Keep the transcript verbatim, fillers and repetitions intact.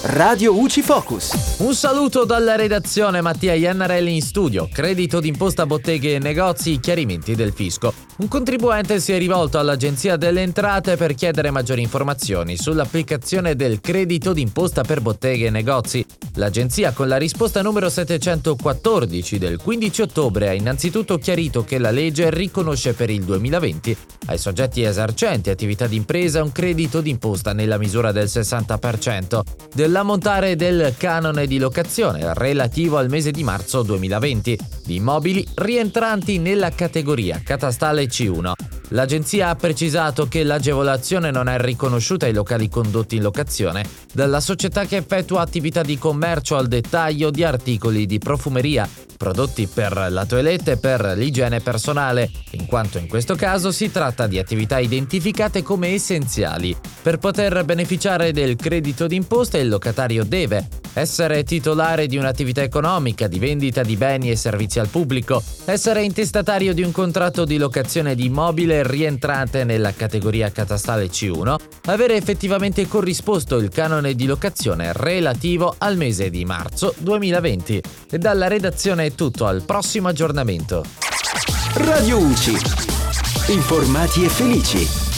Radio U C I Focus. Un saluto dalla redazione, Mattia Iannarelli in studio. Credito d'imposta botteghe e negozi, chiarimenti del fisco. Un contribuente si è rivolto all'Agenzia delle Entrate per chiedere maggiori informazioni sull'applicazione del credito d'imposta per botteghe e negozi. L'Agenzia, con la risposta numero settecentoquattordici del quindici ottobre, ha innanzitutto chiarito che la legge riconosce per il duemilaventi ai soggetti esercenti attività d'impresa un credito d'imposta nella misura del sessanta per cento dell'ammontare del canone di locazione relativo al mese di marzo duemilaventi di immobili rientranti nella categoria catastale C uno. L'agenzia ha precisato che l'agevolazione non è riconosciuta ai locali condotti in locazione dalla società che effettua attività di commercio al dettaglio di articoli di profumeria, prodotti per la toilette e per l'igiene personale, in quanto in questo caso si tratta di attività identificate come essenziali. Per poter beneficiare del credito d'imposta, il locatario deve essere titolare di un'attività economica di vendita di beni e servizi al pubblico, essere intestatario di un contratto di locazione di immobile rientrante nella categoria catastale C uno, avere effettivamente corrisposto il canone di locazione relativo al mese di marzo duemilaventi. E dalla redazione è tutto, al prossimo aggiornamento. Radio U C I. Informati e felici.